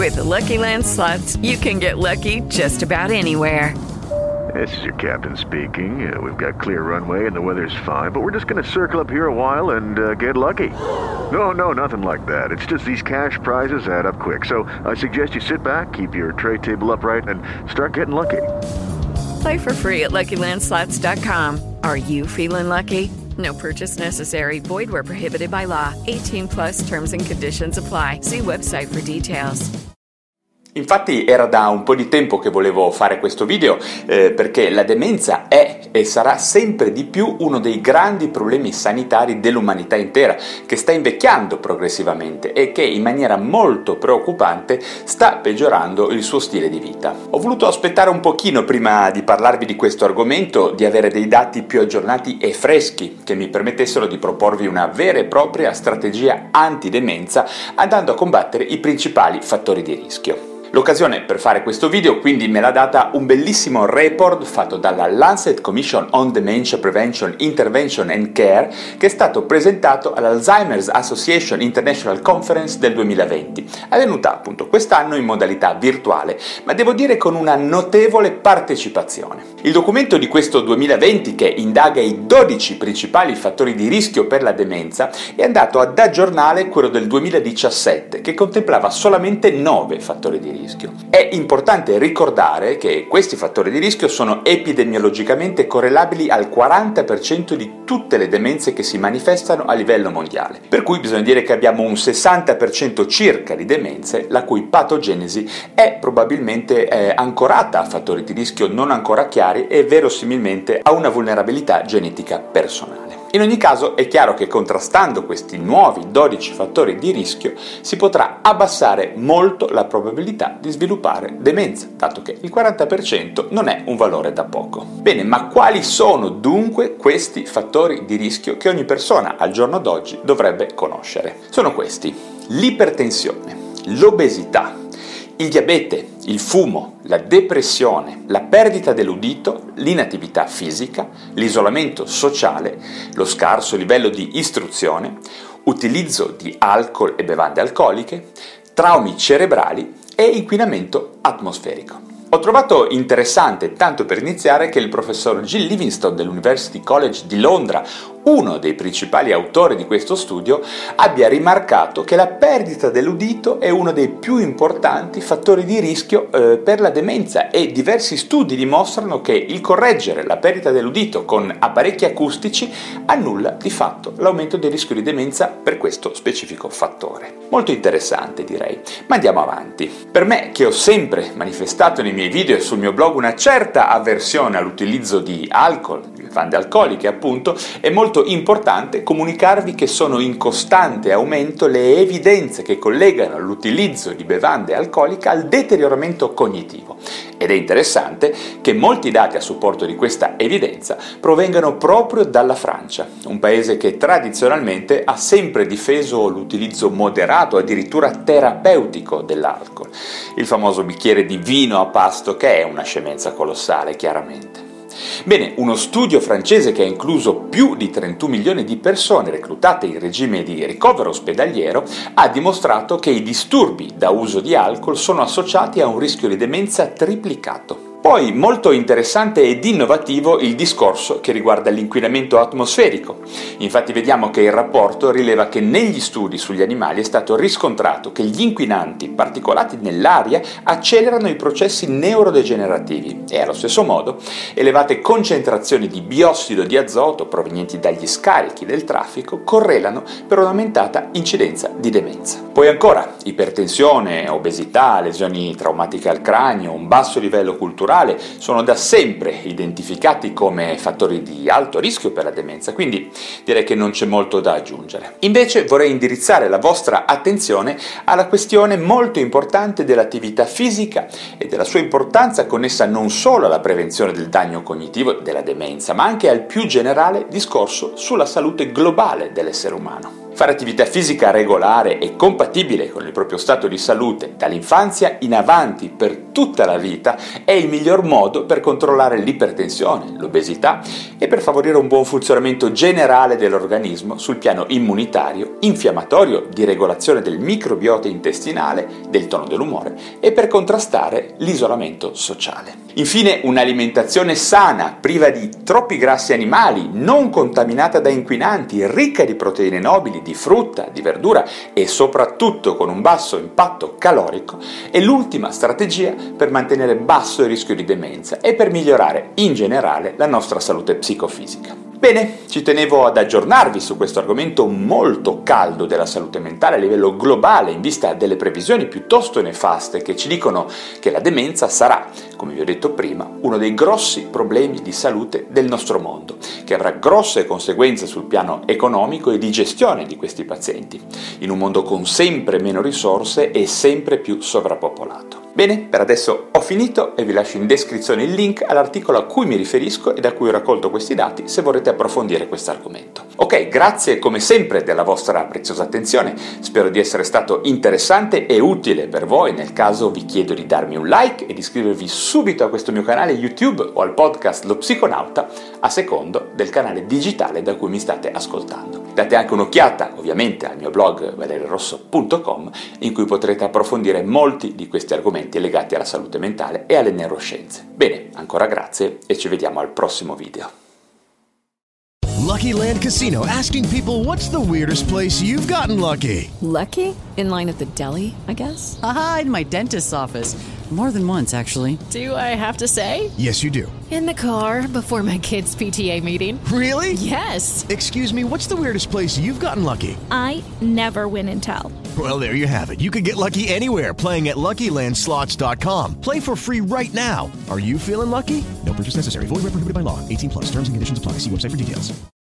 With the Lucky Land Slots, you can get lucky just about anywhere. This is your captain speaking. We've got clear runway and the weather's fine, but we're just going to circle up here a while and get lucky. No, nothing like that. It's just these cash prizes add up quick. So I suggest you sit back, keep your tray table upright, and start getting lucky. Play for free at LuckyLandSlots.com. Are you feeling lucky? No purchase necessary. Void where prohibited by law. 18 plus terms and conditions apply. See website for details. Infatti era da un po' di tempo che volevo fare questo video perché la demenza è e sarà sempre di più uno dei grandi problemi sanitari dell'umanità intera, che sta invecchiando progressivamente e che in maniera molto preoccupante sta peggiorando il suo stile di vita. Ho voluto aspettare un pochino prima di parlarvi di questo argomento, di avere dei dati più aggiornati e freschi che mi permettessero di proporvi una vera e propria strategia antidemenza andando a combattere i principali fattori di rischio. L'occasione per fare questo video quindi me l'ha data un bellissimo report fatto dalla Lancet Commission on Dementia Prevention, Intervention and Care che è stato presentato all'Alzheimer's Association International Conference del 2020, avvenuta appunto quest'anno in modalità virtuale, ma devo dire con una notevole partecipazione. Il documento di questo 2020, che indaga i 12 principali fattori di rischio per la demenza, è andato ad aggiornare quello del 2017, che contemplava solamente 9 fattori di rischio. È importante ricordare che questi fattori di rischio sono epidemiologicamente correlabili al 40% di tutte le demenze che si manifestano a livello mondiale, per cui bisogna dire che abbiamo un 60% circa di demenze la cui patogenesi è probabilmente ancorata a fattori di rischio non ancora chiari e verosimilmente a una vulnerabilità genetica personale. In ogni caso è chiaro che contrastando questi nuovi 12 fattori di rischio si potrà abbassare molto la probabilità di sviluppare demenza, dato che il 40% non è un valore da poco. Bene, ma quali sono dunque questi fattori di rischio che ogni persona al giorno d'oggi dovrebbe conoscere? Sono questi: l'ipertensione, l'obesità, il diabete, il fumo, la depressione, la perdita dell'udito, l'inattività fisica, l'isolamento sociale, lo scarso livello di istruzione, utilizzo di alcol e bevande alcoliche, traumi cerebrali e inquinamento atmosferico. Ho trovato interessante, tanto per iniziare, che il professor Jill Livingstone dell'University College di Londra, uno dei principali autori di questo studio, abbia rimarcato che la perdita dell'udito è uno dei più importanti fattori di rischio per la demenza e diversi studi dimostrano che il correggere la perdita dell'udito con apparecchi acustici annulla di fatto l'aumento del rischio di demenza per questo specifico fattore. Molto interessante, direi, ma andiamo avanti. Per me, che ho sempre manifestato nei miei video e sul mio blog una certa avversione all'utilizzo di alcol, di bevande alcoliche appunto, è molto importante comunicarvi che sono in costante aumento le evidenze che collegano l'utilizzo di bevande alcoliche al deterioramento cognitivo. Ed è interessante che molti dati a supporto di questa evidenza provengano proprio dalla Francia, un paese che tradizionalmente ha sempre difeso l'utilizzo moderato, addirittura terapeutico dell'alcol. Il famoso bicchiere di vino a pasto, che è una scemenza colossale, chiaramente. Bene, uno studio francese che ha incluso più di 31 milioni di persone reclutate in regime di ricovero ospedaliero ha dimostrato che i disturbi da uso di alcol sono associati a un rischio di demenza triplicato. Poi molto interessante ed innovativo il discorso che riguarda l'inquinamento atmosferico. Infatti vediamo che il rapporto rileva che negli studi sugli animali è stato riscontrato che gli inquinanti particolati nell'aria accelerano i processi neurodegenerativi e allo stesso modo elevate concentrazioni di biossido di azoto provenienti dagli scarichi del traffico correlano per un'aumentata incidenza di demenza. Poi ancora ipertensione, obesità, lesioni traumatiche al cranio, un basso livello culturale sono da sempre identificati come fattori di alto rischio per la demenza, quindi direi che non c'è molto da aggiungere. Invece vorrei indirizzare la vostra attenzione alla questione molto importante dell'attività fisica e della sua importanza connessa non solo alla prevenzione del danno cognitivo della demenza, ma anche al più generale discorso sulla salute globale dell'essere umano. Fare attività fisica regolare e compatibile con il proprio stato di salute dall'infanzia in avanti per tutta la vita è il miglior modo per controllare l'ipertensione, l'obesità e per favorire un buon funzionamento generale dell'organismo sul piano immunitario, infiammatorio, di regolazione del microbiota intestinale, del tono dell'umore e per contrastare l'isolamento sociale. Infine, un'alimentazione sana, priva di troppi grassi animali, non contaminata da inquinanti, ricca di proteine nobili, di frutta, di verdura e soprattutto con un basso impatto calorico è l'ultima strategia per mantenere basso il rischio di demenza e per migliorare in generale la nostra salute psicofisica. Bene, ci tenevo ad aggiornarvi su questo argomento molto caldo della salute mentale a livello globale in vista delle previsioni piuttosto nefaste che ci dicono che la demenza sarà, come vi ho detto prima, uno dei grossi problemi di salute del nostro mondo, che avrà grosse conseguenze sul piano economico e di gestione di questi pazienti, in un mondo con sempre meno risorse e sempre più sovrappopolato. Bene, per adesso ho finito e vi lascio in descrizione il link all'articolo a cui mi riferisco e da cui ho raccolto questi dati se vorrete approfondire questo argomento. Ok, grazie come sempre della vostra preziosa attenzione, spero di essere stato interessante e utile per voi, nel caso vi chiedo di darmi un like e di iscrivervi subito a questo mio canale YouTube o al podcast Lo Psiconauta a secondo del canale digitale da cui mi state ascoltando. Date anche un'occhiata ovviamente al mio blog valeriorosso.com in cui potrete approfondire molti di questi argomenti legati alla salute mentale e alle neuroscienze. Bene, ancora grazie e ci vediamo al prossimo video. Lucky Land Casino, asking people, what's the weirdest place you've gotten lucky? Lucky? In line at the deli, I guess? Aha, in my dentist's office. More than once, actually. Do I have to say? Yes, you do. In the car before my kids' PTA meeting. Really? Yes. Excuse me, what's the weirdest place you've gotten lucky? I never win and tell. Well, there you have it. You can get lucky anywhere, playing at LuckyLandSlots.com. Play for free right now. Are you feeling lucky? No purchase necessary. Void where prohibited by law. 18+. Terms and conditions apply. See website for details.